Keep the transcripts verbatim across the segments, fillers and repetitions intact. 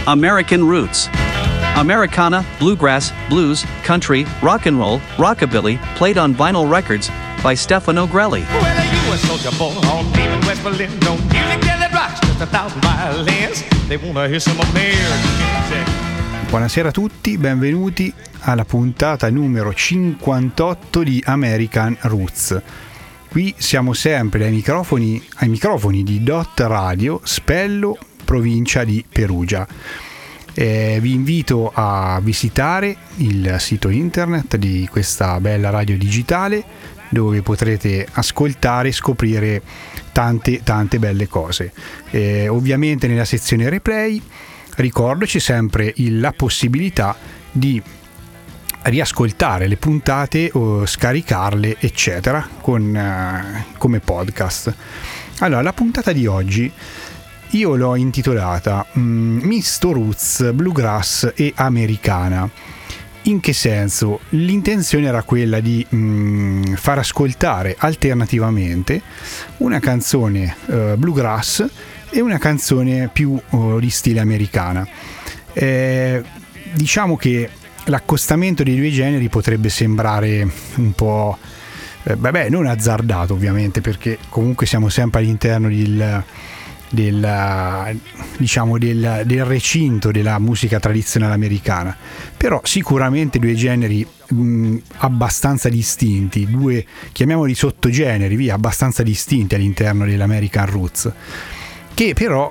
American Roots. Americana, bluegrass, blues, country, rock and roll, rockabilly, played on vinyl records by Stefano Grelli. Well, you a soldier born on deep in West Berlin. No music that rocks just a thousand violins. They wanna hear some American music. Buonasera a tutti, benvenuti alla puntata numero cinquantotto di American Roots. Qui siamo sempre ai microfoni, ai microfoni di Dot Radio, Spello, provincia di Perugia. Eh, vi invito a visitare il sito internet di questa bella radio digitale, dove potrete ascoltare e scoprire tante tante belle cose. Eh, ovviamente nella sezione replay ricordo c'è sempre il, la possibilità di riascoltare le puntate o scaricarle eccetera con, eh, come podcast. Allora, la puntata di oggi io l'ho intitolata mm, Misto Roots, Bluegrass e Americana. In che senso? L'intenzione era quella di mm, far ascoltare alternativamente una canzone uh, bluegrass e una canzone più uh, di stile americana. Eh, diciamo che l'accostamento dei due generi potrebbe sembrare un po' eh, vabbè, non azzardato ovviamente, perché comunque siamo sempre all'interno del del, diciamo del, del recinto della musica tradizionale americana, però sicuramente due generi mh, abbastanza distinti, due, chiamiamoli sottogeneri, via, abbastanza distinti all'interno dell'American Roots, che però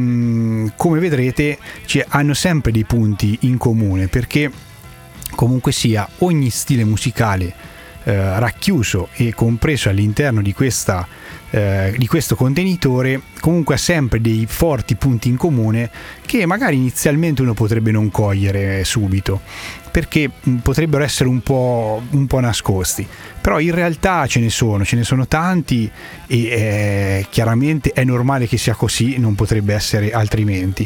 mh, come vedrete cioè, hanno sempre dei punti in comune, perché comunque sia ogni stile musicale eh, racchiuso e compreso all'interno di questa Eh, di questo contenitore comunque ha sempre dei forti punti in comune che magari inizialmente uno potrebbe non cogliere subito, perché potrebbero essere un po', un po' nascosti, però in realtà ce ne sono, ce ne sono tanti e eh, chiaramente è normale che sia così, non potrebbe essere altrimenti.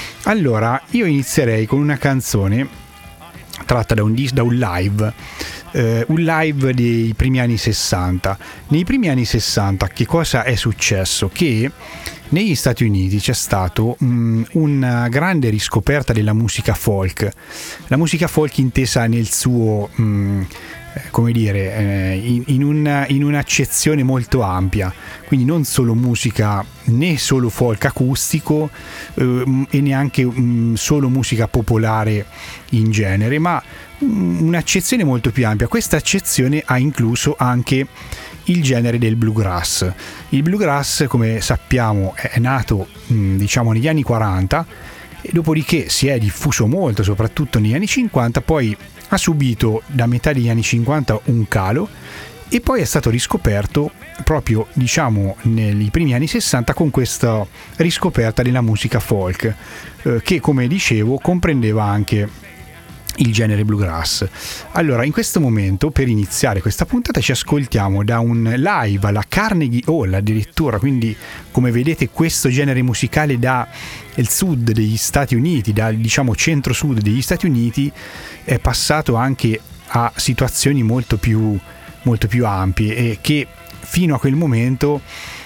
Allora io inizierei con una canzone tratta da un, da un live Uh, un live dei primi anni sessanta. Nei primi anni sessanta che cosa è successo? Che negli Stati Uniti c'è stato um, una grande riscoperta della musica folk, la musica folk intesa nel suo um, come dire eh, in, in, una, in un'accezione molto ampia, quindi non solo musica, né solo folk acustico eh, e neanche um, solo musica popolare in genere, ma un'accezione molto più ampia. Questa accezione ha incluso anche il genere del bluegrass. Il bluegrass, come sappiamo, è nato diciamo negli anni quaranta e dopodiché si è diffuso molto, soprattutto negli anni cinquanta, poi ha subito da metà degli anni cinquanta un calo e poi è stato riscoperto proprio diciamo nei primi anni sessanta con questa riscoperta della musica folk eh, che, come dicevo, comprendeva anche il genere bluegrass. Allora, in questo momento, per iniziare questa puntata, ci ascoltiamo da un live alla Carnegie Hall addirittura, quindi come vedete questo genere musicale da il sud degli Stati Uniti, dal diciamo centro-sud degli Stati Uniti, è passato anche a situazioni molto più, molto più ampie e che fino a quel momento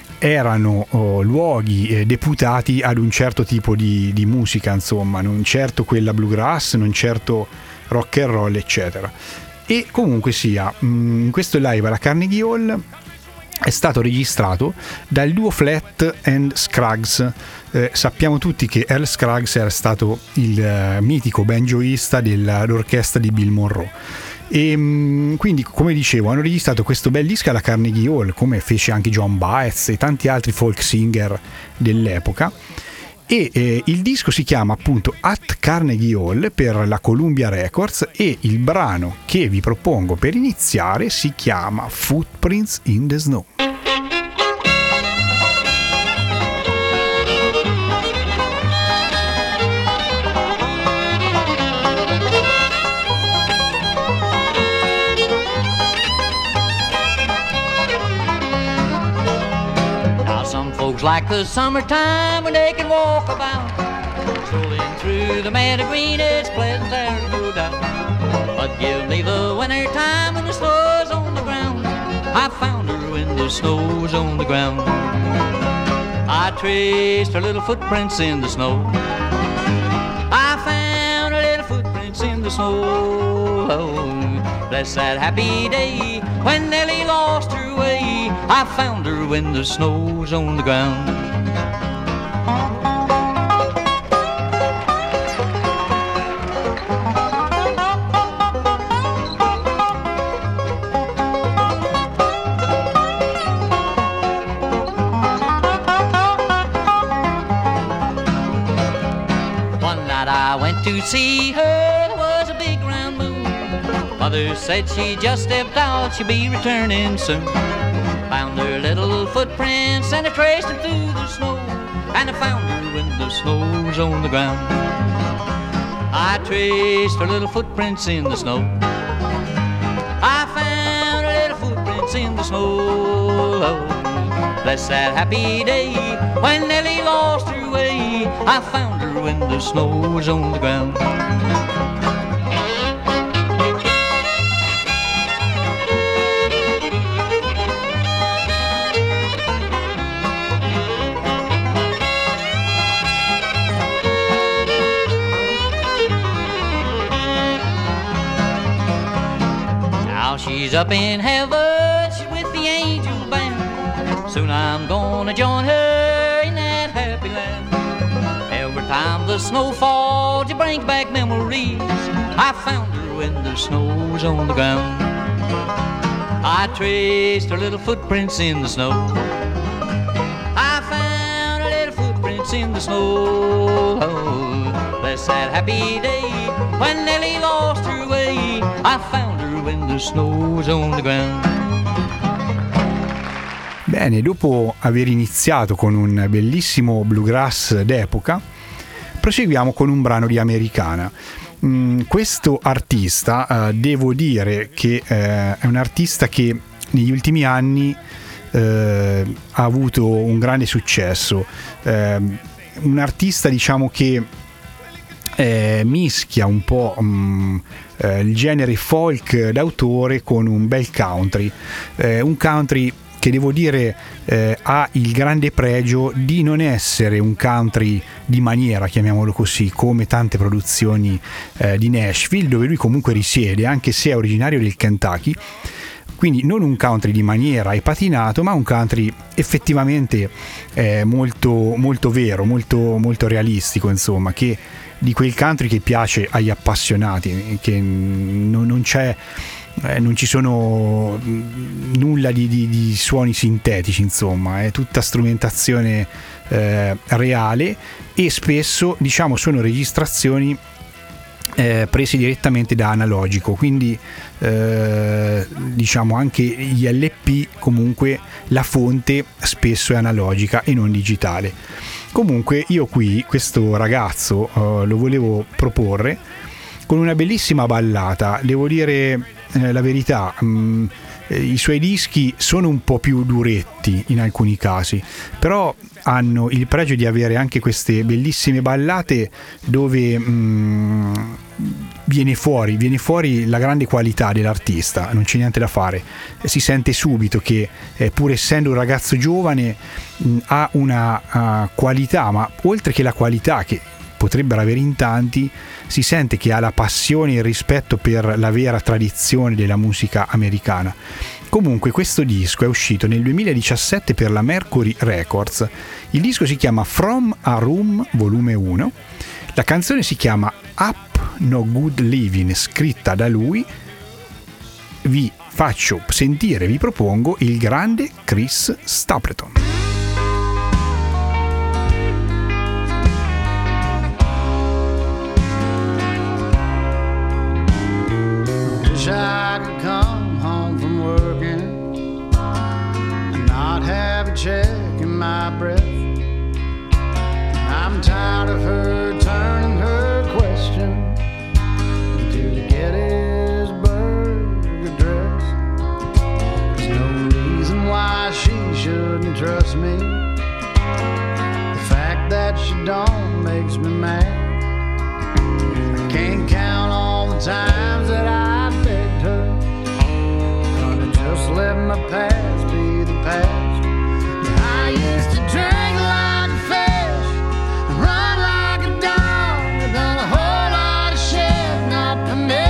erano oh, luoghi eh, deputati ad un certo tipo di, di musica, insomma, non certo quella bluegrass, non certo rock and roll, eccetera. E comunque sia, mh, in questo live alla Carnegie Hall è stato registrato dal duo Flat and Scruggs. Eh, sappiamo tutti che Earl Scruggs era stato il uh, mitico banjoista dell'orchestra di Bill Monroe. E quindi, come dicevo, hanno registrato questo bel disco alla Carnegie Hall, come fece anche John Baez e tanti altri folk singer dell'epoca, e eh, il disco si chiama appunto At Carnegie Hall per la Columbia Records e il brano che vi propongo per iniziare si chiama Footprints in the Snow. Folks like the summertime when they can walk about, strolling through the meadow green, it's pleasant there to go down. But give me the winter time when the snow's on the ground. I found her when the snow's on the ground. I traced her little footprints in the snow. snow. Oh, bless that happy day when Nellie lost her way. I found her when the snow's on the ground. To see her, there was a big round moon. Mother said she just stepped out, she'll be returning soon. Found her little footprints and I traced them through the snow. And I found her when the snow was on the ground. I traced her little footprints in the snow. I found her little footprints in the snow. Oh, bless that happy day when Nellie lost her way. I found her when the snow was on the ground. Now she's up in heaven, she's with the angel band. Soon I'm gonna join her in that happy land. Every time the snow falls, it brings back memories. I found her when the snow was on the ground. I traced her little footprints in the snow. I found her little footprints in the snow. Oh, bless that happy day when Nellie lost her way. I found her when the snow was on the ground. Bene, dopo aver iniziato con un bellissimo bluegrass d'epoca, proseguiamo con un brano di Americana. Mm, questo artista, eh, devo dire che eh, è un artista che negli ultimi anni eh, ha avuto un grande successo. Eh, un artista, diciamo, che eh, mischia un po' mm, eh, il genere folk d'autore con un bel country. Eh, un country che devo dire eh, ha il grande pregio di non essere un country di maniera, chiamiamolo così, come tante produzioni eh, di Nashville, dove lui comunque risiede, anche se è originario del Kentucky. Quindi non un country di maniera e patinato, ma un country effettivamente eh, molto, molto vero, molto, molto realistico, insomma, che di quel country che piace agli appassionati, che non, non c'è... Eh, non ci sono nulla di, di, di suoni sintetici, insomma, è tutta strumentazione eh, reale, e spesso, diciamo, sono registrazioni eh, prese direttamente da analogico, quindi eh, diciamo anche gli L P, comunque la fonte spesso è analogica e non digitale. Comunque io qui questo ragazzo eh, lo volevo proporre con una bellissima ballata. Devo dire eh, la verità, mh, i suoi dischi sono un po' più duretti in alcuni casi, però hanno il pregio di avere anche queste bellissime ballate dove mh, viene fuori viene fuori la grande qualità dell'artista, non c'è niente da fare. Si sente subito che eh, pur essendo un ragazzo giovane mh, ha una uh, qualità, ma oltre che la qualità che potrebbero avere in tanti, si sente che ha la passione e il rispetto per la vera tradizione della musica americana. Comunque questo disco è uscito nel duemiladiciassette per la Mercury Records. Il disco si chiama From a Room volume uno. La canzone si chiama Up No Good Living, scritta da lui. Vi faccio sentire, vi propongo il grande Chris Stapleton. I could come home from working and not have a check in my breath. I'm tired of her turning her question to the Gettysburg Address. There's no reason why she shouldn't trust me. The fact that she don't makes me mad. I can't count all the times that I let my past be the past. I used to drink like a fish, run like a dog. I've done a whole lot of shit not permitted.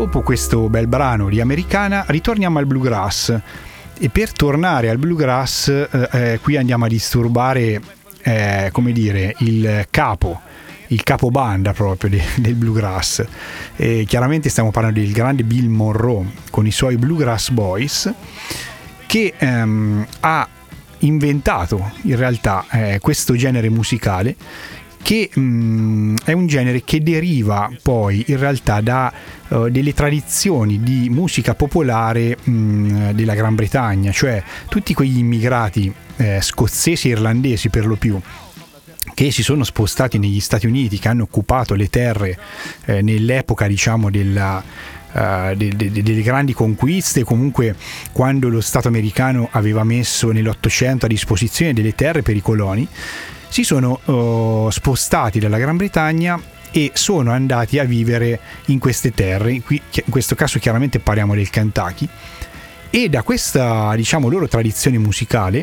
dopo questo bel brano di Americana ritorniamo al bluegrass, e per tornare al bluegrass eh, eh, qui andiamo a disturbare eh, come dire il capo il capobanda proprio de, del bluegrass. E chiaramente stiamo parlando del grande Bill Monroe con i suoi Bluegrass Boys, che ehm, ha inventato in realtà eh, questo genere musicale, che mh, è un genere che deriva poi in realtà da uh, delle tradizioni di musica popolare mh, della Gran Bretagna, cioè tutti quegli immigrati eh, scozzesi e irlandesi per lo più, che si sono spostati negli Stati Uniti, che hanno occupato le terre eh, nell'epoca diciamo della Uh, de, de, de, delle grandi conquiste, comunque quando lo Stato americano aveva messo nell'Ottocento a disposizione delle terre per i coloni, si sono uh, spostati dalla Gran Bretagna e sono andati a vivere in queste terre. Qui, in questo caso chiaramente parliamo del Kentucky, e da questa diciamo loro tradizione musicale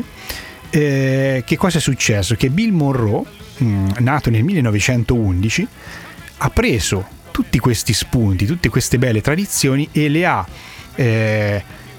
eh, che cosa è successo? Che Bill Monroe, mh, nato nel millenovecentoundici, ha preso tutti questi spunti, tutte queste belle tradizioni e le ha eh,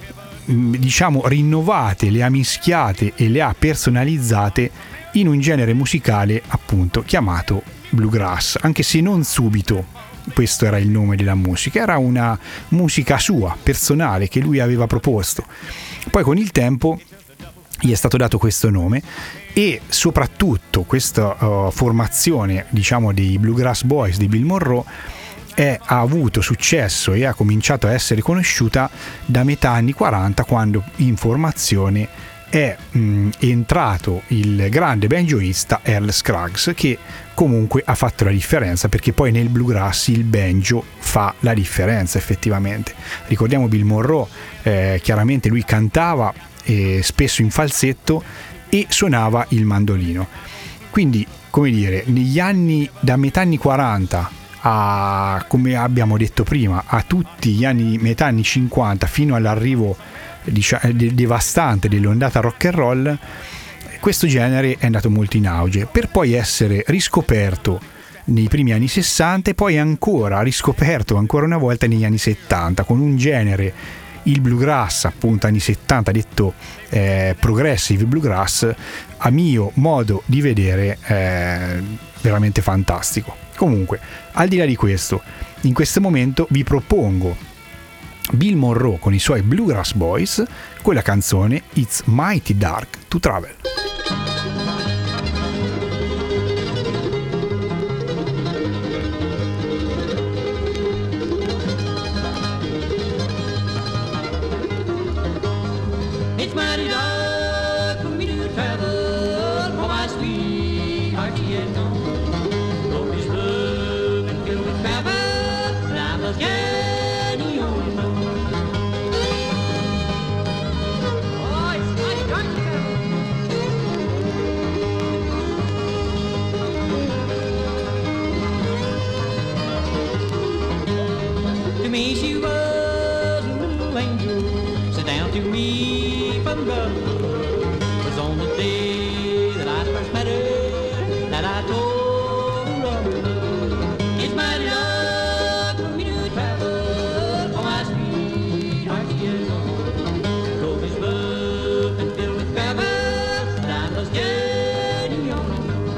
diciamo rinnovate, le ha mischiate e le ha personalizzate in un genere musicale appunto chiamato bluegrass, anche se non subito questo era il nome della musica, era una musica sua, personale, che lui aveva proposto. Poi con il tempo gli è stato dato questo nome, e soprattutto questa uh, formazione diciamo dei Bluegrass Boys di Bill Monroe È, ha avuto successo e ha cominciato a essere conosciuta da metà anni quaranta, quando in formazione è mh, entrato il grande banjoista Earl Scruggs, che comunque ha fatto la differenza, perché poi nel bluegrass il banjo fa la differenza effettivamente. Ricordiamo Bill Monroe, eh, chiaramente lui cantava eh, spesso in falsetto e suonava il mandolino, quindi come dire negli anni da metà anni quaranta a, come abbiamo detto prima, a tutti gli anni metà anni cinquanta, fino all'arrivo diciamo, devastante dell'ondata rock and roll, questo genere è andato molto in auge, per poi essere riscoperto nei primi anni sessanta e poi ancora riscoperto ancora una volta negli anni settanta con un genere, il bluegrass appunto anni settanta, detto eh, progressive bluegrass, a mio modo di vedere eh, veramente fantastico. Comunque, al di là di questo, in questo momento vi propongo Bill Monroe con i suoi Bluegrass Boys con la canzone It's Mighty Dark to Travel. It's mighty dark for me to travel, for my sweetheart she is gone. Road is rough and filled with travel, and I must journey on and on. Oh, it's mighty dark to travel. To me she was a little angel, sit down to me from love. Was on the day that I first met her that I told her of her love. It's mighty hard for me to travel, for my sweetheart she is gone. Road is rough and filled with gravel, but I must journey on and on.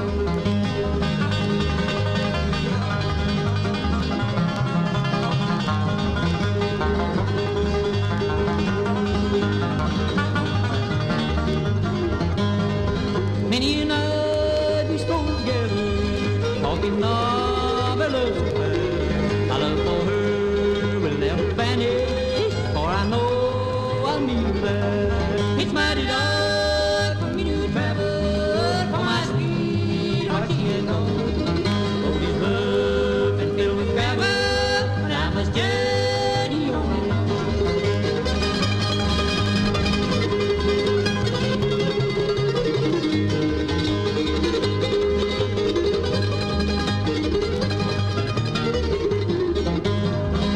Many a night we strolled together, talking of our love affair. My love for her will never vanish, for I know I'll meet her there. It's mighty dark for me to travel, for my sweetheart she is gone. Road is rough and filled with gravel, but I must journey on and on.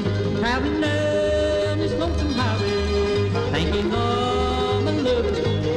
Traveling down this lonesome highway, thinking of my love is gone.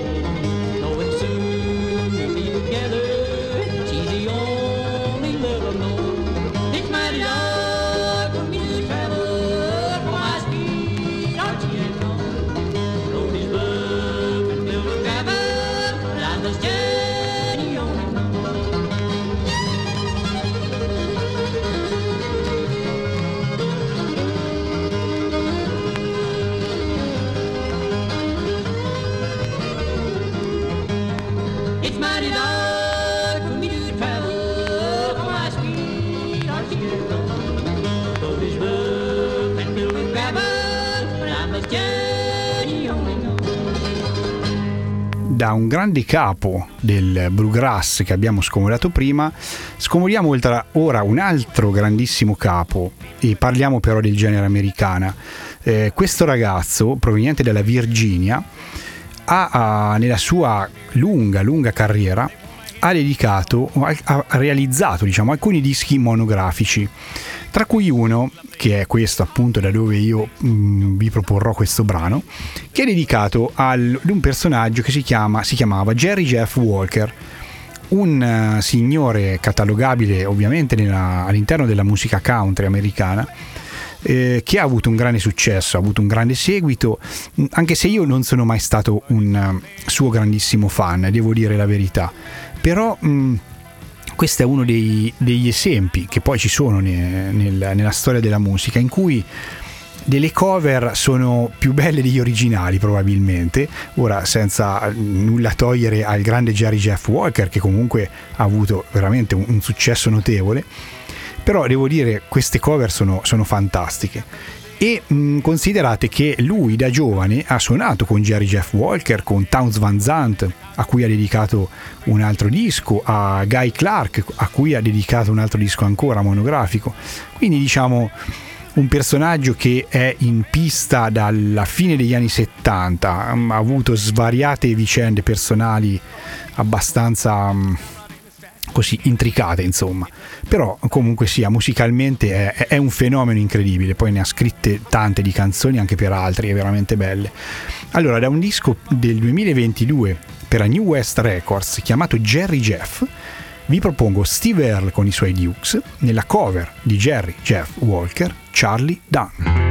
da un grande capo del bluegrass che abbiamo scomodato prima, scomodiamo ora un altro grandissimo capo e parliamo però del genere americana. Eh, questo ragazzo proveniente dalla Virginia ha, ha nella sua lunga lunga carriera ha dedicato, ha realizzato diciamo alcuni dischi monografici, tra cui uno che è questo appunto da dove io mh, vi proporrò questo brano, che è dedicato al, ad un personaggio che si chiama si chiamava Jerry Jeff Walker, un uh, signore catalogabile ovviamente nella, all'interno della musica country americana, eh, che ha avuto un grande successo, ha avuto un grande seguito, anche se io non sono mai stato un uh, suo grandissimo fan, devo dire la verità. Però mh, questo è uno dei, degli esempi che poi ci sono ne, nel, nella storia della musica, in cui delle cover sono più belle degli originali probabilmente, ora senza nulla togliere al grande Jerry Jeff Walker, che comunque ha avuto veramente un, un successo notevole, però devo dire queste cover sono, sono fantastiche. E mh, considerate che lui da giovane ha suonato con Jerry Jeff Walker, con Townes Van Zandt, a cui ha dedicato un altro disco, a Guy Clark, a cui ha dedicato un altro disco ancora monografico. Quindi diciamo un personaggio che è in pista dalla fine degli anni settanta, ha avuto svariate vicende personali abbastanza mh, così intricate, insomma, però comunque sia musicalmente è, è un fenomeno incredibile, poi ne ha scritte tante di canzoni anche per altri, è veramente belle. Allora, da un disco del duemilaventidue per la New West Records chiamato Jerry Jeff, vi propongo Steve Earle con i suoi Dukes nella cover di Jerry Jeff Walker, Charlie Dunn.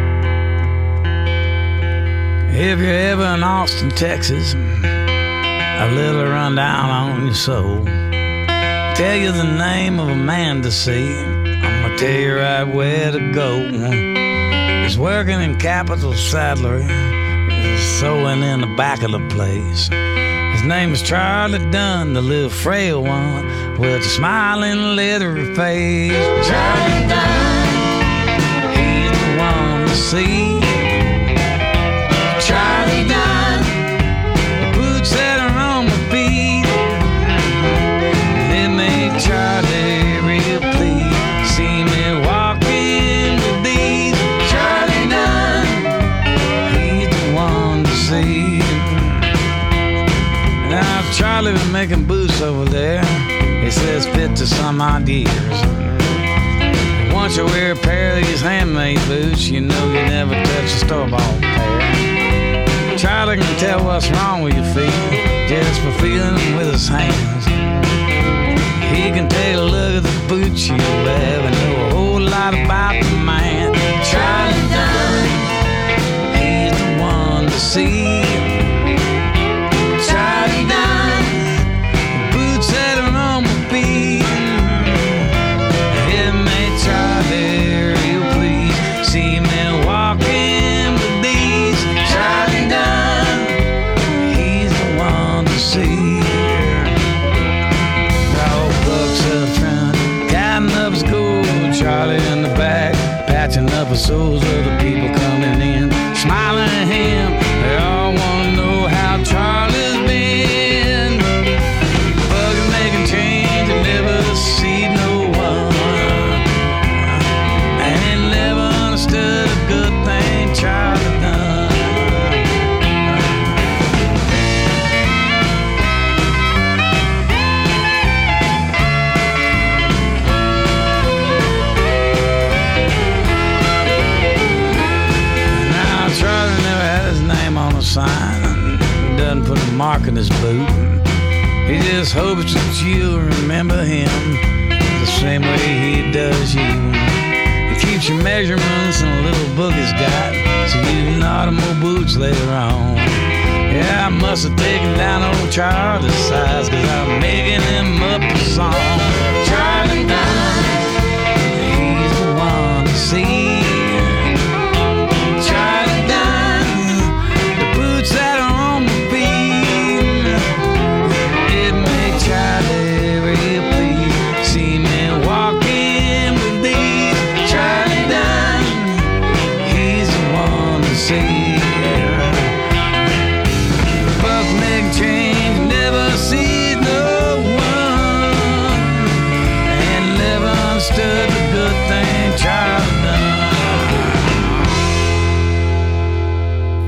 If you're ever in Austin, Texas, a little rundown on your soul, tell you the name of a man to see, I'm gonna tell you right where to go. He's working in Capital Saddlery, he's sewing in the back of the place. His name is Charlie Dunn, the little frail one with a smiling leathery face. Charlie Dunn, he's the one to see. Charlie Dunn, boots that are on my feet. Charlie, real please, see me walking with these. Charlie Dunn, he's the one to see. Now Charlie been making boots over there, he says fit to some odd years. Once you wear a pair of these handmade boots, you know you never touch a store-bought pair. Charlie can tell what's wrong with your feet just for feeling them with his hands. He can take a look at the boots you have and know a whole lot about the man. Charlie Dunn, he's the one to see. Charlie Dunn, the boots that are on my feet. It made Charlie real please, see me walking with these. Charlie Dunn, he's the one to see. Charlie in the back, patching up the souls of the people coming in, smiling at him. They all want to know how Charlie's been. Bugging, making change, and never see no one. And he never understood a good thing Charlie done. Sign doesn't put a mark in his boot. He just hopes that you'll remember him the same way he does you. He keeps your measurements in a little book he's got, so you can order more boots later on. Yeah, I must have taken down old Charlie's size, cause I'm making him up a song. Charlie Dunn, he's the one to see. That are on my feet, it made Charlie real please, see me walking with these. Charlie Dunn, he's the one to see. Buck make change,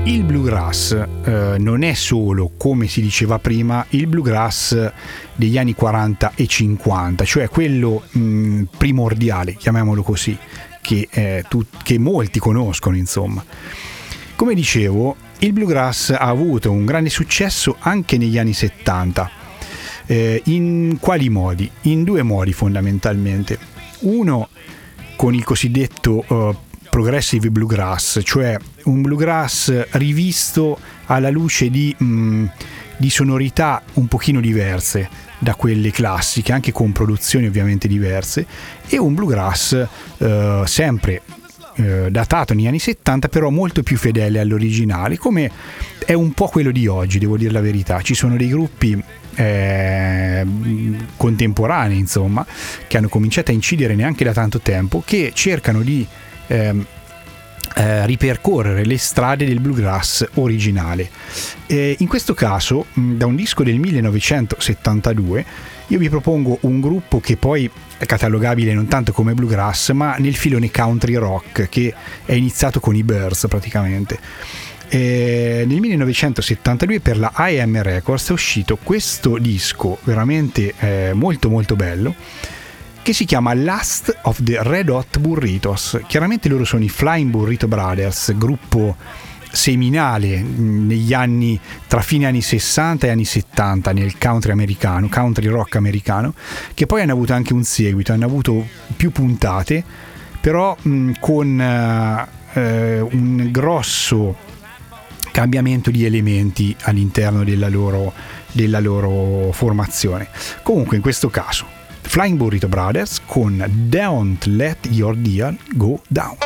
il bluegrass eh, non è solo, come si diceva prima, il bluegrass degli anni quaranta e cinquanta, cioè quello mh, primordiale, chiamiamolo così, che, eh, tu, che molti conoscono, insomma. Come dicevo, il bluegrass ha avuto un grande successo anche negli anni settanta. Eh, in quali modi? In due modi fondamentalmente. Uno con il cosiddetto uh, progressive bluegrass, cioè un bluegrass rivisto alla luce di, mh, di sonorità un pochino diverse da quelle classiche, anche con produzioni ovviamente diverse, e un bluegrass uh, sempre uh, datato negli anni settanta, però molto più fedele all'originale, come è un po' quello di oggi, devo dire la verità. Ci sono dei gruppi Eh, contemporanei, insomma, che hanno cominciato a incidere neanche da tanto tempo, che cercano di eh, eh, ripercorrere le strade del bluegrass originale. Eh, in questo caso, mh, da un disco del millenovecentosettantadue, io vi propongo un gruppo che poi è catalogabile non tanto come bluegrass, ma nel filone country rock, che è iniziato con i Byrds praticamente. E nel millenovecentosettantadue per la I M Records è uscito questo disco veramente eh, molto molto bello, che si chiama Last of the Red Hot Burritos. Chiaramente loro sono i Flying Burrito Brothers, gruppo seminale negli anni, tra fine anni sessanta e anni settanta nel country americano, country rock americano, che poi hanno avuto anche un seguito, hanno avuto più puntate, però mh, con eh, un grosso cambiamento di elementi all'interno della loro, della loro formazione. Comunque in questo caso Flying Burrito Brothers con Don't Let Your Deal Go Down.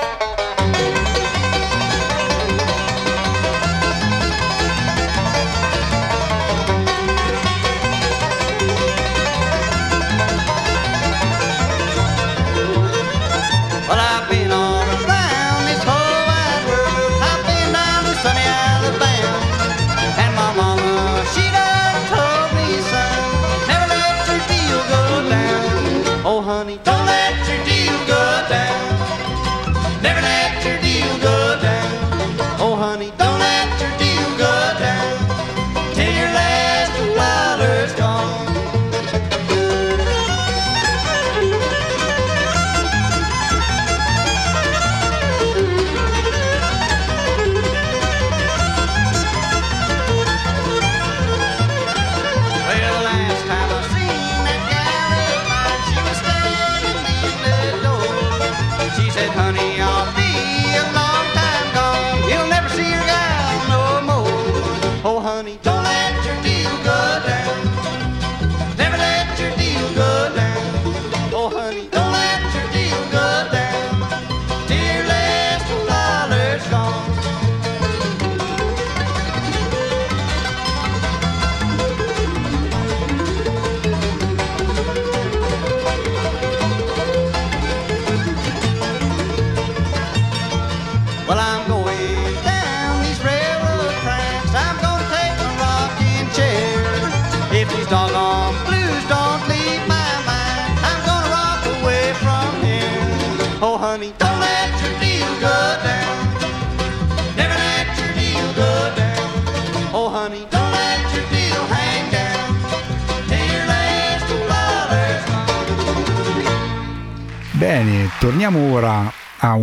Bene, torniamo ora a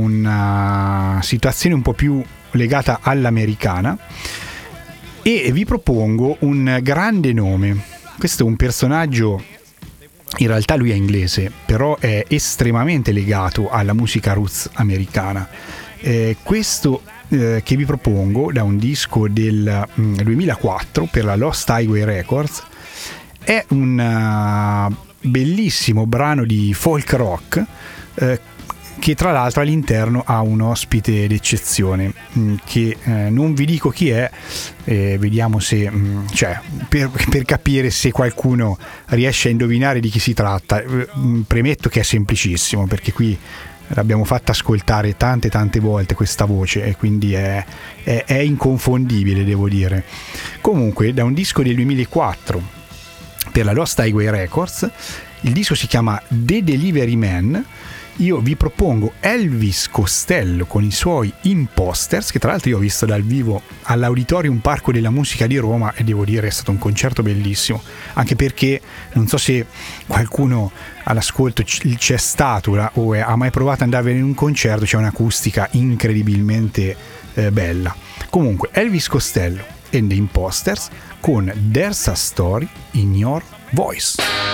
una situazione un po' più legata all'americana e vi propongo un grande nome. Questo è un personaggio, in realtà lui è inglese, però è estremamente legato alla musica roots americana. Eh, questo eh, che vi propongo, da un disco del mm, duemilaquattro per la Lost Highway Records, è un uh, bellissimo brano di folk rock eh, che tra l'altro all'interno ha un ospite d'eccezione mh, che eh, non vi dico chi è, eh, vediamo se mh, cioè per, per capire se qualcuno riesce a indovinare di chi si tratta. Mh, premetto che è semplicissimo, perché qui l'abbiamo fatta ascoltare tante tante volte questa voce e quindi è, è, è inconfondibile, devo dire. Comunque, da un disco del duemilaquattro per la Lost Highway Records, il disco si chiama The Delivery Man io vi propongo Elvis Costello con i suoi Imposters, che tra l'altro io ho visto dal vivo all'Auditorium Parco della Musica di Roma e devo dire è stato un concerto bellissimo, anche perché non so se qualcuno all'ascolto c'è stato o ha mai provato ad andare in un concerto, c'è un'acustica incredibilmente eh, bella. Comunque Elvis Costello and the Imposters con There's a Story in Your Voice.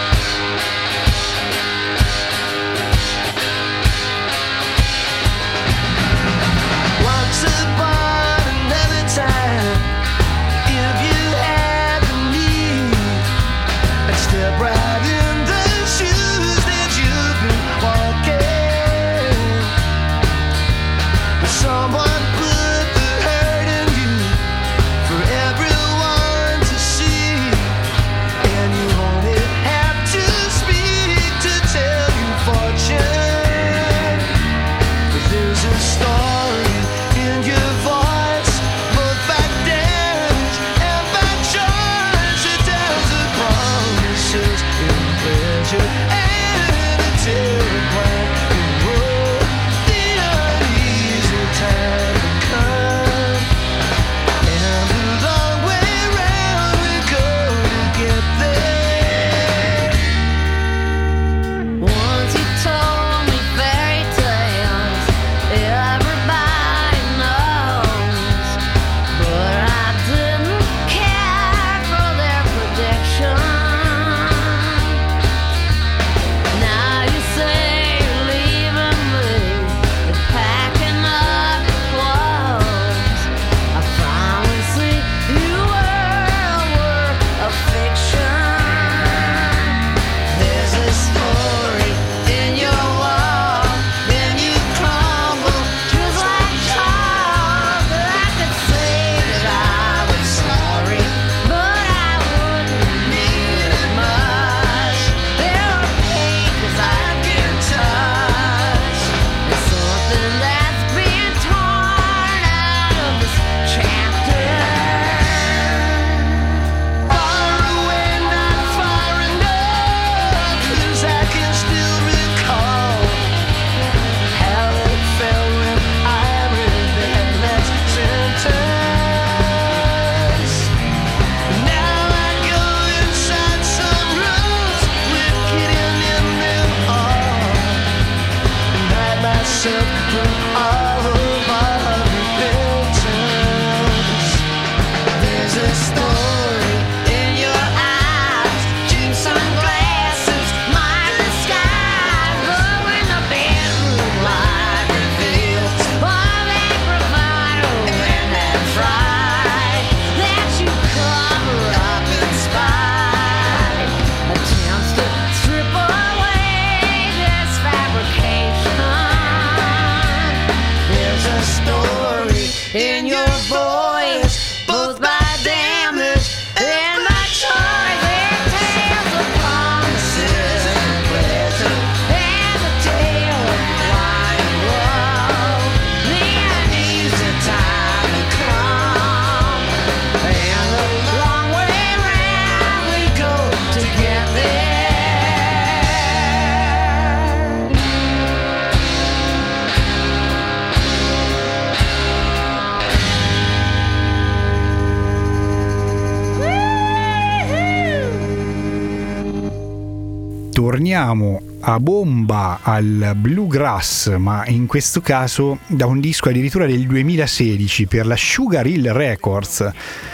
Torniamo a bomba al bluegrass, ma in questo caso da un disco addirittura del duemilasedici per la Sugar Hill Records.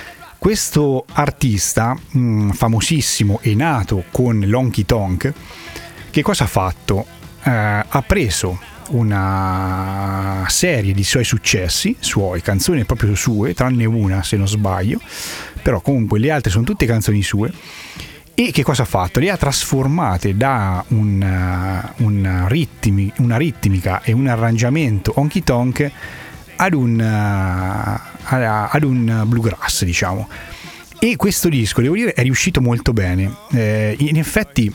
Questo artista mh, famosissimo e nato con l'Honky Tonk, che cosa ha fatto? Eh, ha preso una serie di suoi successi, suoi canzoni proprio sue, tranne una se non sbaglio, però comunque le altre sono tutte canzoni sue. E che cosa ha fatto? Le ha trasformate da un, un ritmi, una ritmica e un arrangiamento honky tonk ad un, ad un bluegrass, diciamo. E questo disco, devo dire, è riuscito molto bene. Eh, in effetti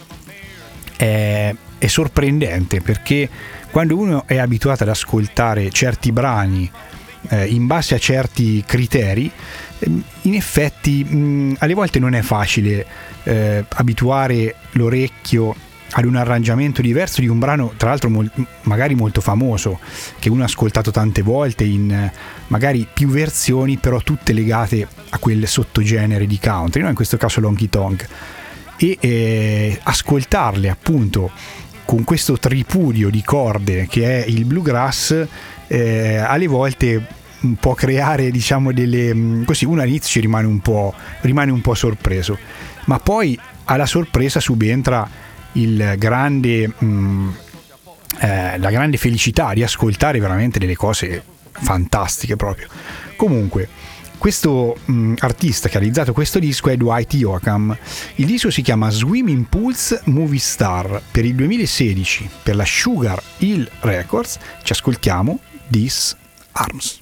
è, è sorprendente, perché quando uno è abituato ad ascoltare certi brani eh, in base a certi criteri, in effetti mh, alle volte non è facile eh, abituare l'orecchio ad un arrangiamento diverso di un brano, tra l'altro mol- magari molto famoso, che uno ha ascoltato tante volte in magari più versioni, però tutte legate a quel sottogenere di country, no? In questo caso l'honky tonk, e eh, ascoltarle appunto con questo tripudio di corde che è il bluegrass, eh, alle volte può creare, diciamo, delle così, uno all'inizio ci rimane un po' rimane un po' sorpreso, ma poi alla sorpresa subentra il grande mh, eh, la grande felicità di ascoltare veramente delle cose fantastiche proprio. Comunque, questo mh, artista che ha realizzato questo disco è Dwight Yoakam. Il disco si chiama Swimming Pools Movie Star, per il duemilasedici per la Sugar Hill Records. Ci ascoltiamo These Arms.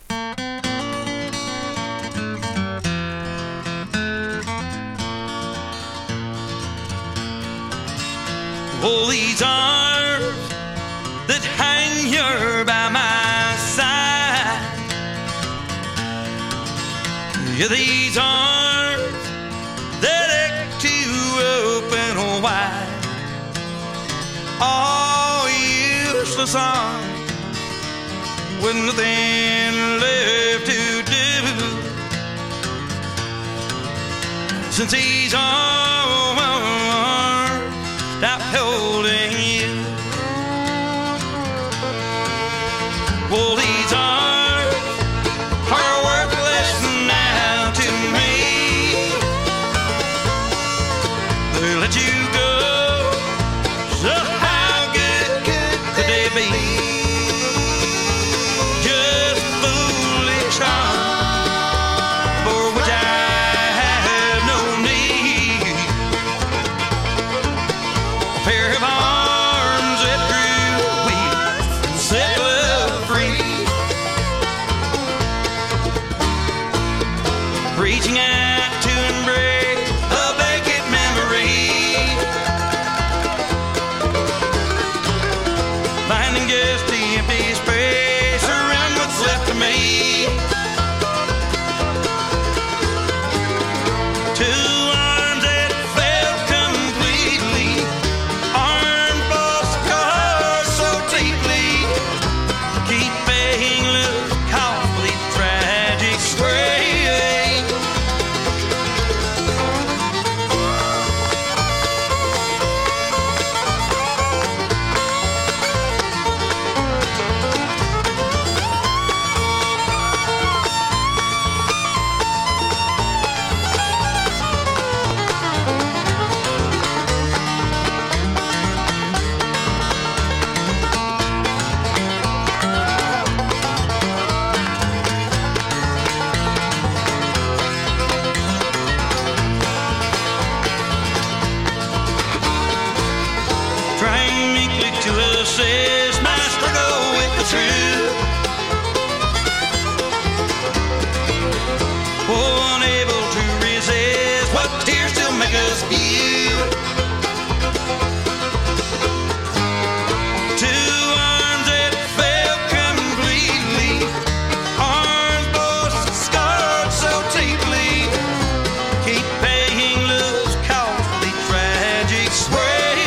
Oh, these arms that hang here by my side, yeah, these arms that ache to open wide, all useless arms with nothing left to do, since these arms stop holding you. Well, these arms are worthless now to me. They let you go, so how good could they be? Just foolish arms for which I have no need. A pair of arms that grew weak and set love free, reaching out to embrace a vacant memory, finding just the empty space around what's left of me. Two arms that fell completely, arms both scarred so deeply, keep paying love's costly tragic sway. Trying meekly to assess my struggle with the truth, oh, unable to resist what tears still make us view. Two arms that fell completely, arms both scarred so deeply, keep paying love's costly tragic sway.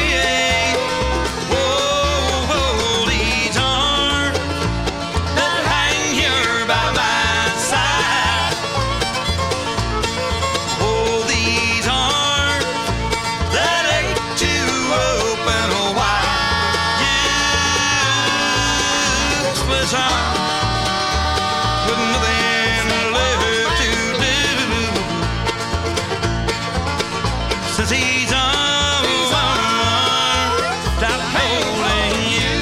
Oh, oh, these arms that hang here by my side, oh, these arms that ache to open wide, useless arms with nothing left to do, since these arms stop holding you.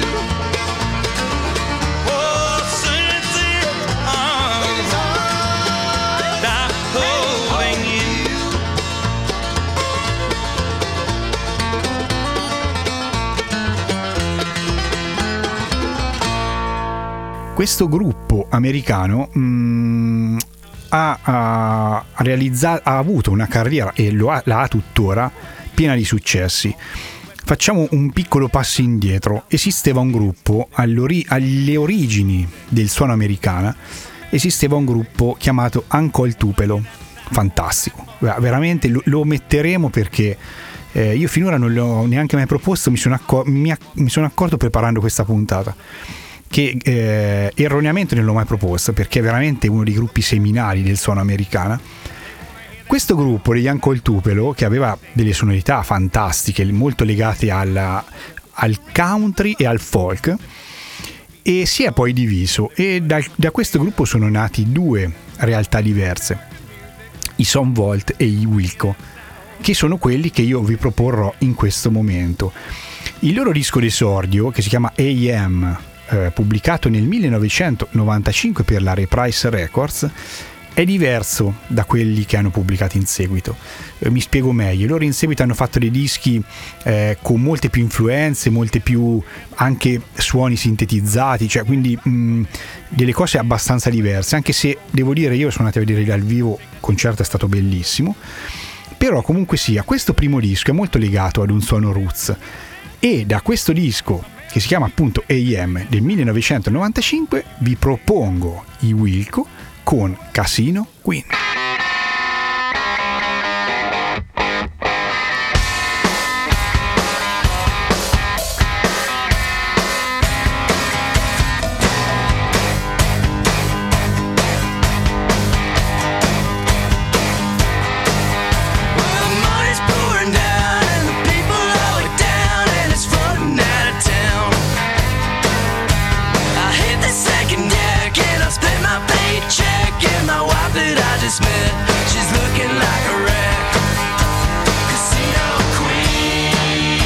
Oh, since these arms stop holding you. Questo gruppo americano mh, ha, ha, realizzato, ha avuto una carriera, e lo ha, la ha tuttora, piena di successi. Facciamo un piccolo passo indietro. Esisteva un gruppo all'ori- alle origini del suono americana, esisteva un gruppo chiamato Uncle Tupelo, fantastico, veramente lo, lo metteremo perché Eh, io finora non l'ho neanche mai proposto, mi sono, accor- mi, ac- mi sono accorto preparando questa puntata che eh, erroneamente non l'ho mai proposto, perché è veramente uno dei gruppi seminali del suono americana. Questo gruppo degli Uncle Tupelo, che aveva delle sonorità fantastiche, molto legate alla, al country e al folk, e si è poi diviso, e da, da questo gruppo sono nati due realtà diverse, i Son Volt e i Wilco, che sono quelli che io vi proporrò in questo momento. Il loro disco d'esordio, che si chiama A M, eh, pubblicato nel millenovecentonovantacinque per la Reprise Records, è diverso da quelli che hanno pubblicato in seguito. Eh, mi spiego meglio. Loro in seguito hanno fatto dei dischi eh, con molte più influenze, molte più anche suoni sintetizzati, cioè quindi mh, delle cose abbastanza diverse, anche se devo dire, io sono andato a vedere dal vivo, il concerto è stato bellissimo, però comunque sia, questo primo disco è molto legato ad un suono roots, e da questo disco, che si chiama appunto A M del millenovecentonovantacinque, vi propongo i Wilco con Casino Queen. She's looking like a wreck. Casino Queen,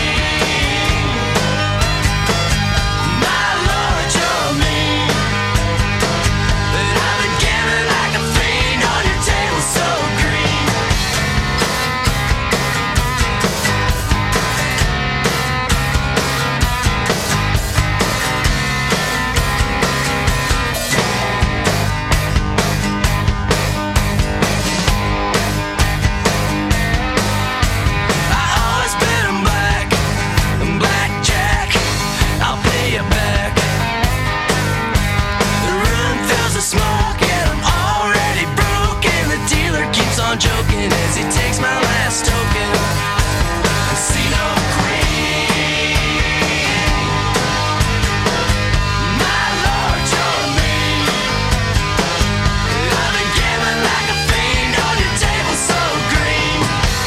my lord, you're mean, but I've been gambling like a fiend on your table so green. Joking as he takes my last token. Casino Queen, my lord, you're mean, I've been gambling like a fiend on your table so green.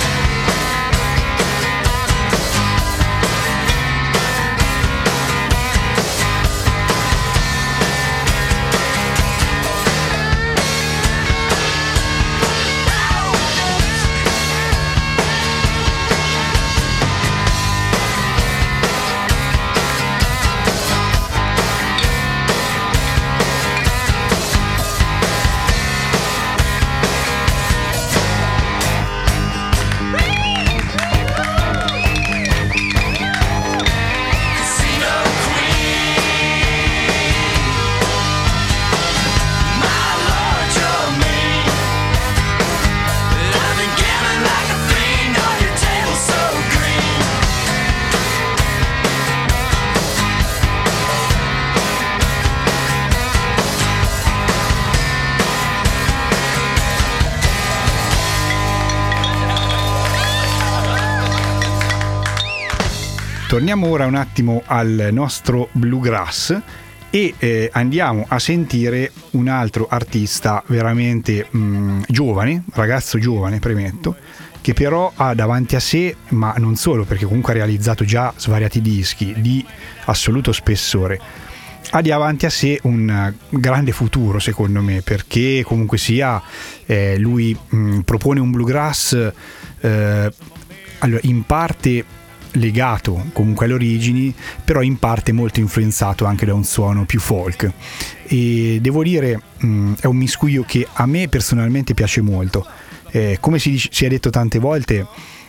Torniamo ora un attimo al nostro bluegrass e eh, andiamo a sentire un altro artista veramente mh, giovane, ragazzo giovane, premetto, che però ha davanti a sé, ma non solo, perché comunque ha realizzato già svariati dischi di assoluto spessore, ha davanti a sé un grande futuro secondo me, perché comunque sia eh, lui mh, propone un bluegrass eh, allora, in parte legato comunque alle origini, però in parte molto influenzato anche da un suono più folk, e devo dire mh, è un miscuglio che a me personalmente piace molto. Eh, come si, dice, si è detto tante volte,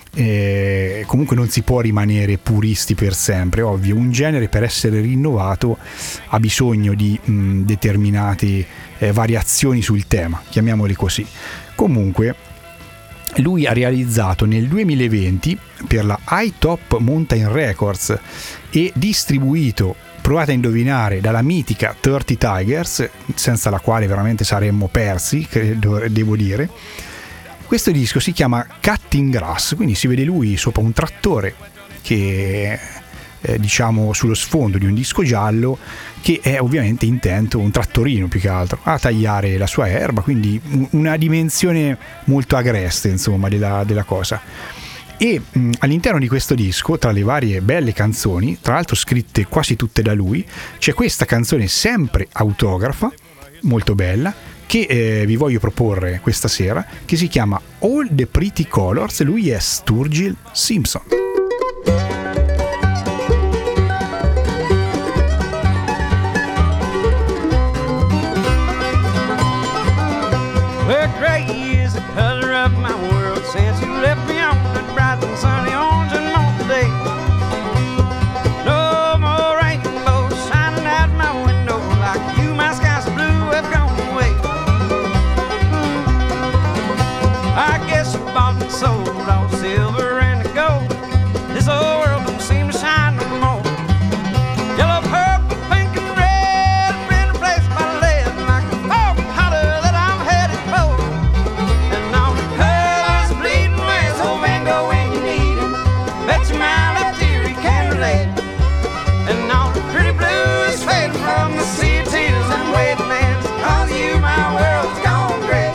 eh, comunque non si può rimanere puristi per sempre, ovvio, un genere per essere rinnovato ha bisogno di mh, determinate eh, variazioni sul tema, chiamiamoli così. Comunque lui ha realizzato nel duemilaventi per la High Top Mountain Records e distribuito, provate a indovinare, dalla mitica thirty Tigers, senza la quale veramente saremmo persi, credo, devo dire. Questo disco si chiama Cutting Grass, quindi si vede lui sopra un trattore che eh, diciamo sullo sfondo di un disco giallo, che è ovviamente intento, un trattorino più che altro, a tagliare la sua erba, quindi una dimensione molto agreste insomma della, della cosa. E mh, all'interno di questo disco, tra le varie belle canzoni, tra l'altro scritte quasi tutte da lui, c'è questa canzone sempre autografa, molto bella, che eh, vi voglio proporre questa sera, che si chiama All the Pretty Colors. Lui è Sturgill Simpson. Well, gray is the color of my world since you left me on that bright and sunny orange and mountain day. No more rainbows shining out my window like you, my skies of blue have gone away. I guess you bought and sold all the silver and the gold. This old world don't seem to shine no more. Yellow, purple, pink, and red, been replaced by lead like the fog hotter that I'm headed for. And all the colors bleeding away, so man, go when you need 'em. Bet your mind up here he can relate. And all the pretty blues fading from the sea of tears and waiting lands. Cause you, my world's gone gray.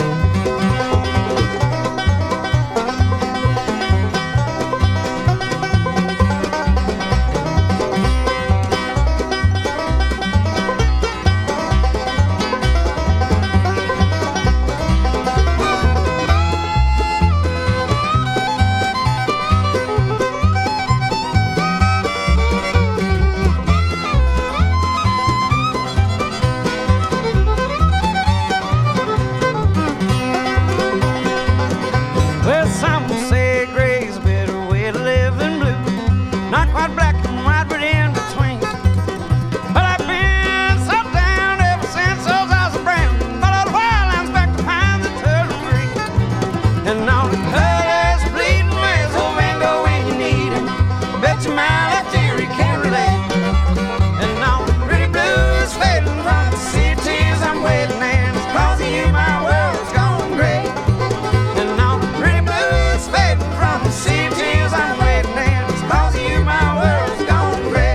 Well, some say gray's a better way to live than blue. Not quite black and white, but in between. But I've been so down ever since those eyes are brown. But all the while I'm back to pines and turtle green. And all the colors bleeding away, so man, go when you need 'em. Bet your mind left here he can't relate. And all the pretty blues fading from the sea of tears I'm waiting and it's cause of you my world's gone gray. And all the pretty blues fading from the sea of tears I'm waiting and it's cause of you my world's gone gray.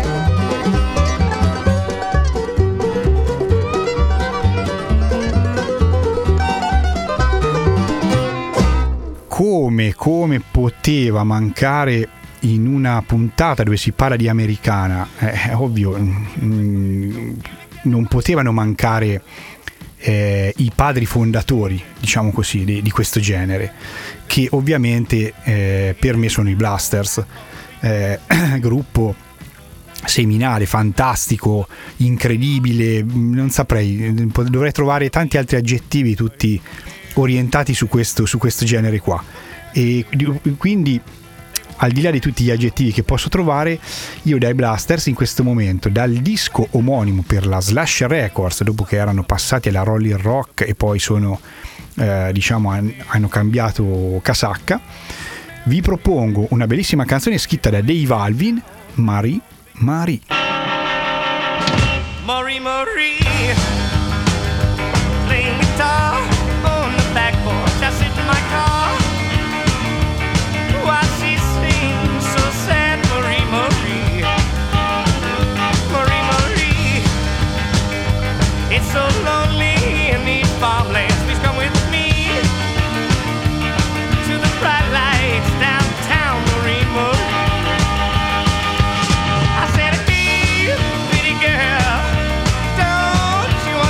Come, come poteva mancare in una puntata dove si parla di Americana? Eh, È ovvio, mm, non potevano mancare eh, i padri fondatori, diciamo così, di, di questo genere, che ovviamente eh, per me sono i Blasters, eh, gruppo seminale, fantastico, incredibile, non saprei, dovrei trovare tanti altri aggettivi tutti orientati su questo, su questo genere qua. E quindi, al di là di tutti gli aggettivi che posso trovare, io dai Blasters in questo momento, dal disco omonimo per la Slash Records, dopo che erano passati alla Rolling Rock e poi sono eh, diciamo han- hanno cambiato casacca, vi propongo una bellissima canzone scritta da Dave Alvin, Marie Marie. Marie Marie, playing guitar on the back porch. I sit in my car while she sings so sad. Marie Marie, Marie Marie, it's so lonely in these farmlands. Please come with me to the bright lights downtown. Marie Marie, I said, hey, pretty girl, don't you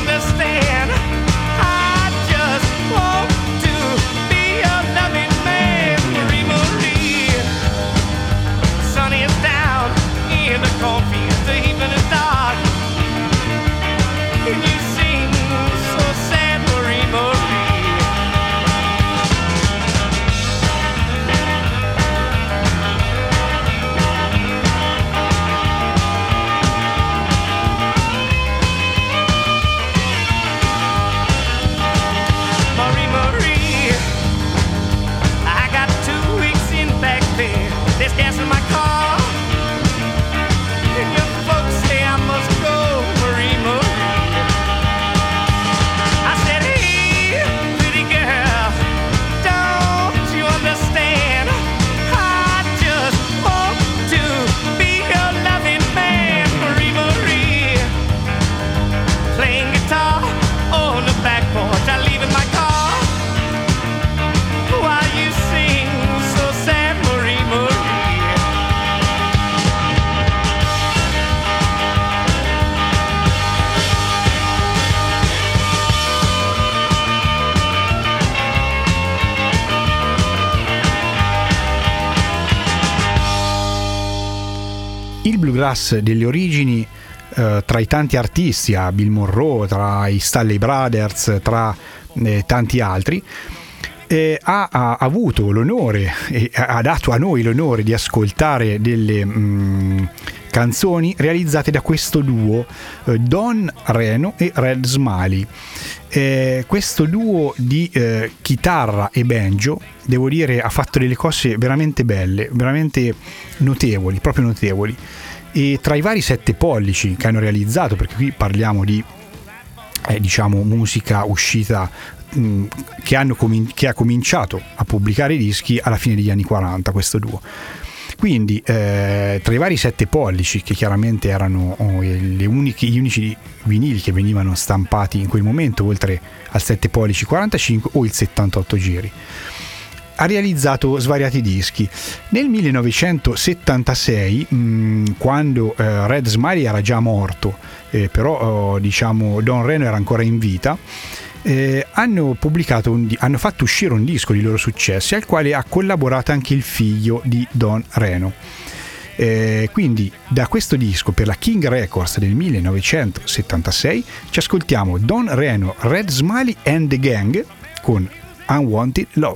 il bluegrass delle origini, eh, tra i tanti artisti, a Bill Monroe, tra i Stanley Brothers, tra eh, tanti altri, eh, ha, ha avuto l'onore e ha dato a noi l'onore di ascoltare delle mh, canzoni realizzate da questo duo, eh, Don Reno e Red Smalley. Eh, questo duo di eh, chitarra e banjo, devo dire, ha fatto delle cose veramente belle, veramente notevoli, proprio notevoli. E tra i vari sette pollici che hanno realizzato, perché qui parliamo di eh, diciamo musica uscita mh, che, hanno comin- che ha cominciato a pubblicare dischi alla fine degli anni quaranta, questo duo. Quindi eh, tra i vari sette pollici, che chiaramente erano oh, le uniche, gli unici vinili che venivano stampati in quel momento, oltre al sette pollici quarantacinque o il settantotto giri, ha realizzato svariati dischi. Nel millenovecentosettantasei, mh, quando eh, Red Smalley era già morto, eh, però oh, diciamo Don Reno era ancora in vita, Eh, hanno pubblicato un di- hanno fatto uscire un disco di loro successi, al quale ha collaborato anche il figlio di Don Reno. Eh, quindi da questo disco per la King Records del millenovecentosettantasei ci ascoltiamo Don Reno, Red Smalley and the Gang con Unwanted Love.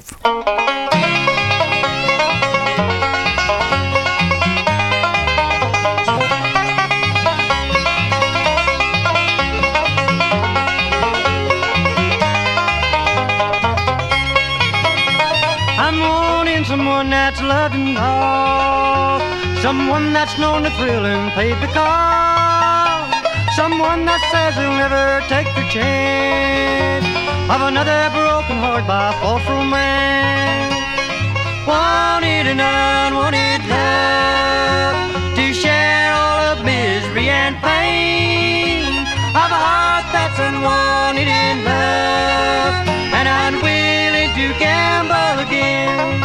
I'm wanting someone that's loving all, someone that's known the thrill and paid the cost, someone that says he'll never take the chance of another broken heart by false romance. Wanted and unwanted love to share all of misery and pain of a heart that's unwanted in love and unwilling to gamble again.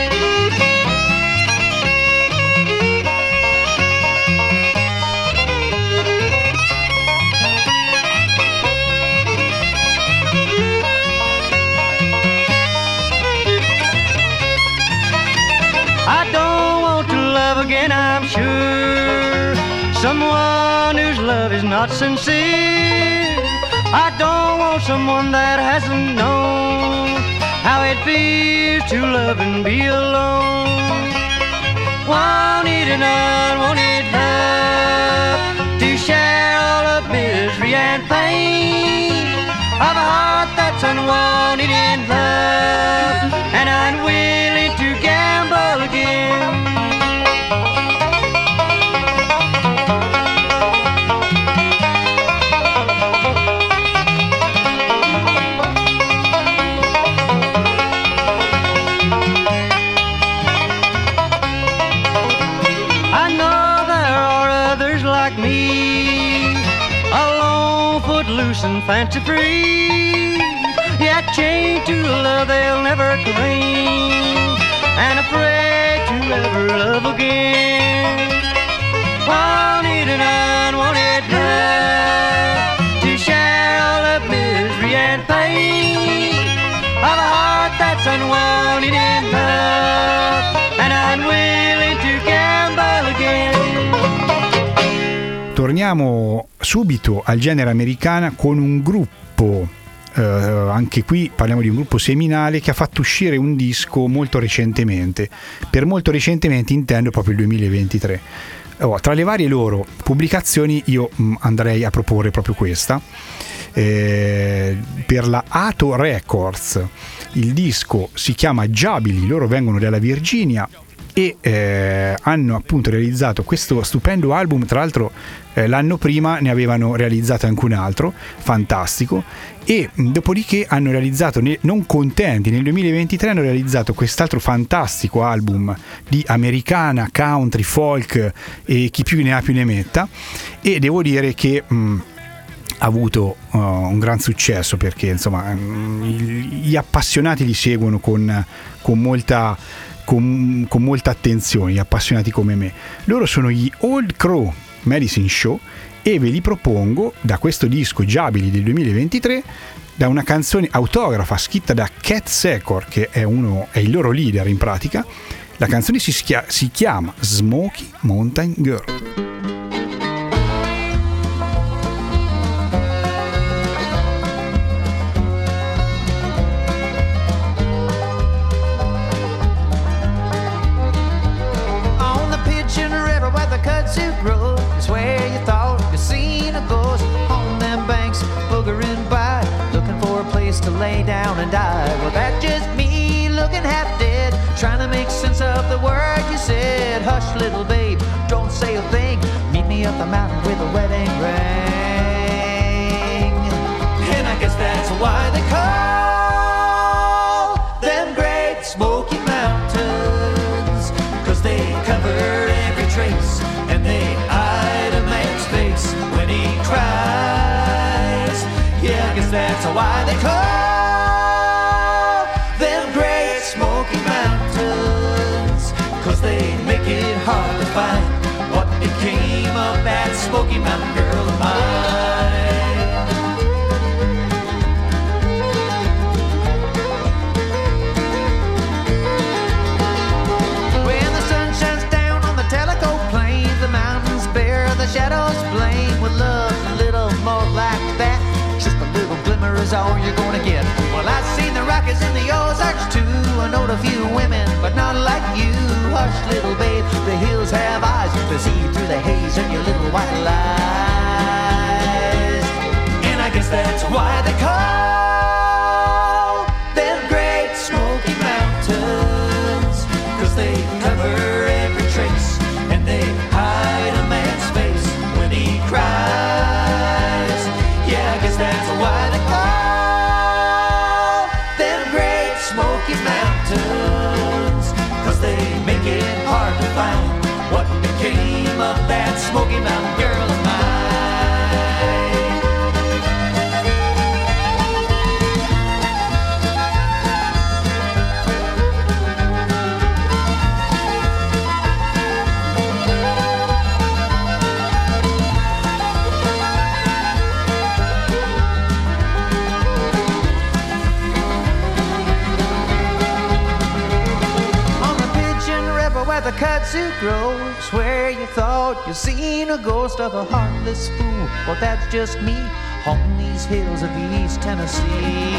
I don't want to love again, I'm sure, someone whose love is not sincere. I don't want someone that hasn't known how it feels to love and be alone. Wanted and unwanted love to share all of misery and pain of a heart that's unwanted in love and unwilling to gamble again. I know there are others like me, alone, footloose and fancy free, yet chained to a love they'll never claim, and afraid to ever love again. Wanted and unwanted love to share all of misery and pain of a heart that's unwanted in love and unwilling to gamble again. Torniamo subito al genere americana con un gruppo, eh, anche qui parliamo di un gruppo seminale che ha fatto uscire un disco molto recentemente. Per molto recentemente intendo proprio il duemilaventitré. Oh, tra le varie loro pubblicazioni io mh, andrei a proporre proprio questa, eh, per la Atto Records. Il disco si chiama Jubilee, loro vengono dalla Virginia e eh, hanno appunto realizzato questo stupendo album. Tra l'altro eh, l'anno prima ne avevano realizzato anche un altro fantastico, e dopodiché hanno realizzato, non contenti, nel duemilaventitré hanno realizzato quest'altro fantastico album di americana, country, folk e chi più ne ha più ne metta, e devo dire che mh, ha avuto uh, un gran successo, perché insomma mh, gli appassionati li seguono con, con molta Con, con molta attenzione, gli appassionati come me. Loro sono gli Old Crow Medicine Show e ve li propongo da questo disco Jubilee del duemilaventitré, da una canzone autografa scritta da Cat Secor, che è, uno, è il loro leader in pratica, La canzone si, schia- si chiama Smoky Mountain Girl. On the Pigeon River where the kudzu grows is where you thought you seen a ghost. On them banks, boogering by, looking for a place to lay down and die. Well, that's just me looking half dead, trying to make sense of the word you said. Hush, little babe, don't say a thing. Meet me up the mountain with a wedding ring. And I guess that's why they call them Great Smoky Mountains, 'cause they cover every trace and they hide a man's face when he cries. Yeah, I guess that's why they call them Great Smoky Mountains, 'cause they make it hard to find what became of that Smoky Mountain girl of mine. When the sun shines down on the Tellico plain, the mountains bear the shadows blame. With love a little more like that, just a little glimmer is all you're gonna get. Well, I've seen the Rockies in the Ozarks too. I know a few women, but not like you. Hush, little babe, the hills have eyes to see through the haze in your little white lies. And I guess that's why they call them Great Smoky Mountains, 'cause they cover every trace and they hide a man's face when he cries. Yeah, I guess that's why they call them Great Smoky Mountains, 'cause they make it hard to find what became of that Smoky Mountain girl of mine. Where the kudzu grows, where you thought you seen a ghost of a heartless fool. Well, that's just me on these hills of East Tennessee.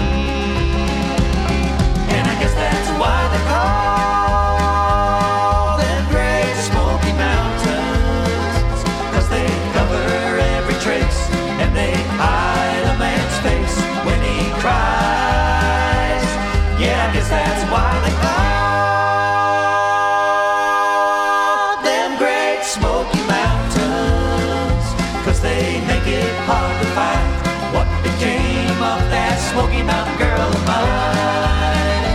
And I guess that's why they call them Great Smoky Mountains, 'cause they cover every trace and they hide a man's face when he cries. Yeah, I guess that's why they call Smoky Mountains, 'cause they make it hard to find what became of that Smoky Mountain girl of mine.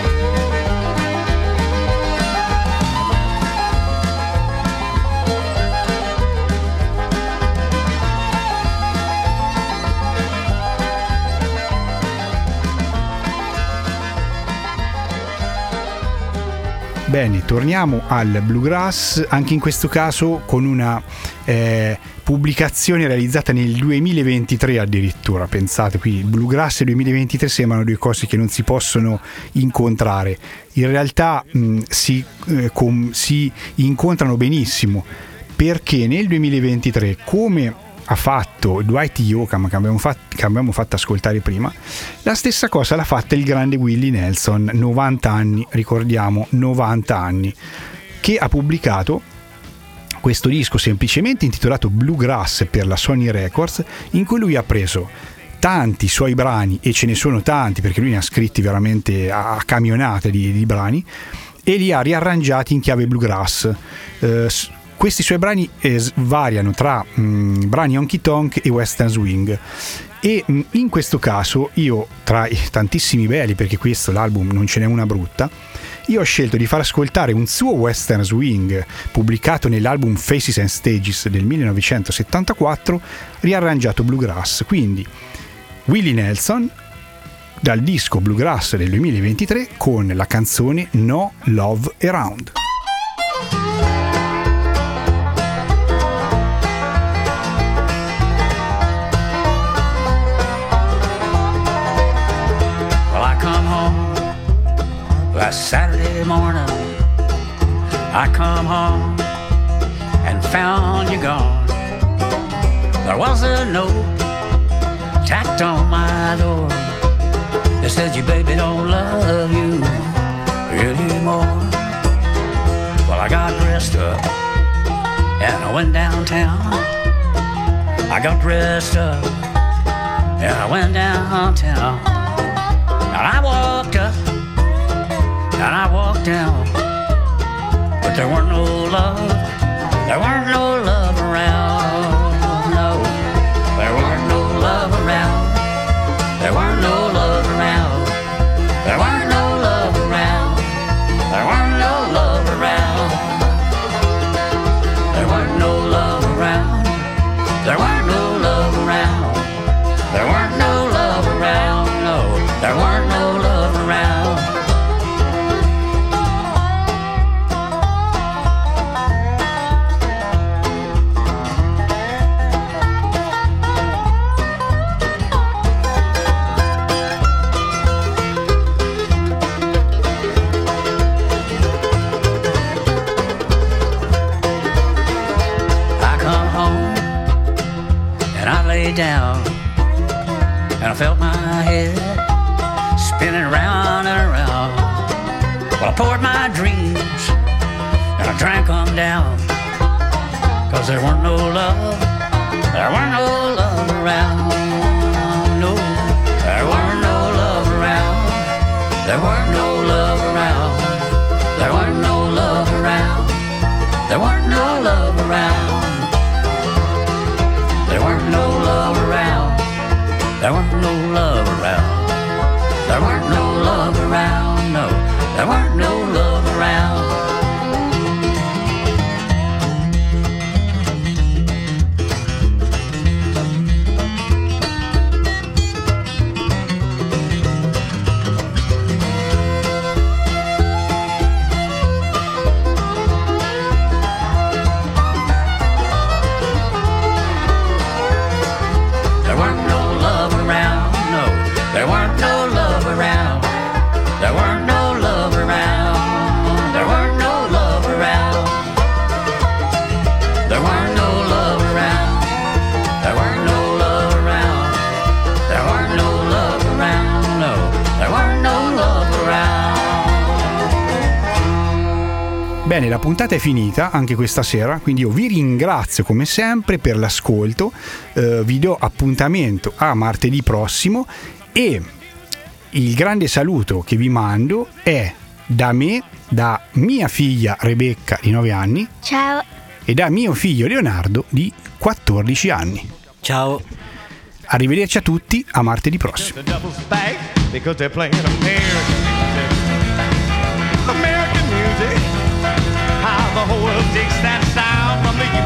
Bene, torniamo al bluegrass, anche in questo caso con una eh, pubblicazione realizzata nel duemilaventitré addirittura. Pensate, qui il bluegrass e il duemilaventitré sembrano due cose che non si possono incontrare. In realtà mh, si, eh, com, si incontrano benissimo, perché nel duemilaventitré, come ha fatto Dwight Yoakam, che abbiamo, fatto, che abbiamo fatto ascoltare prima, la stessa cosa l'ha fatta il grande Willie Nelson, novanta anni, ricordiamo, novanta anni, che ha pubblicato questo disco semplicemente intitolato Bluegrass per la Sony Records, in cui lui ha preso tanti suoi brani, e ce ne sono tanti perché lui ne ha scritti veramente a camionate di, di brani, e li ha riarrangiati in chiave bluegrass. Eh, Questi suoi brani eh, variano tra mh, brani honky tonk e western swing, e mh, in questo caso io, tra i tantissimi belli, perché questo l'album non ce n'è una brutta, io ho scelto di far ascoltare un suo western swing pubblicato nell'album Faces and Stages del millenovecentosettantaquattro, riarrangiato bluegrass. Quindi Willie Nelson dal disco Bluegrass del duemilaventitré con la canzone No Love Around. Last Saturday morning, I come home and found you gone. There was a note tacked on my door. It said your baby don't love you anymore. Well, I got dressed up and I went downtown. I got dressed up and I went downtown. And I walked up and I walked down. But there weren't no love, there weren't no love around. No, there weren't no love around. There weren't no love around. There weren't no love around. There weren't no love around. There weren't no love around. There weren't no love around. There weren't no love around. No, there weren't no love around. Down, and I felt my head spinning round and around. Well, I poured my dreams and I drank them down, 'cause there weren't no love, there weren't no love around. No, there weren't no love around. There weren't no love around. There weren't no love around. There weren't no love around. There weren't no love around. There weren't no love around. There weren't no love around. No, there weren't no love around. Bene, la puntata è finita anche questa sera, quindi io vi ringrazio come sempre per l'ascolto, eh, vi do appuntamento a martedì prossimo e il grande saluto che vi mando è da me, da mia figlia Rebecca di nove anni. Ciao. E da mio figlio Leonardo di quattordici anni. Ciao. Arrivederci a tutti, a martedì prossimo. Because they're playing American music. American music. How the whole world takes that sound from the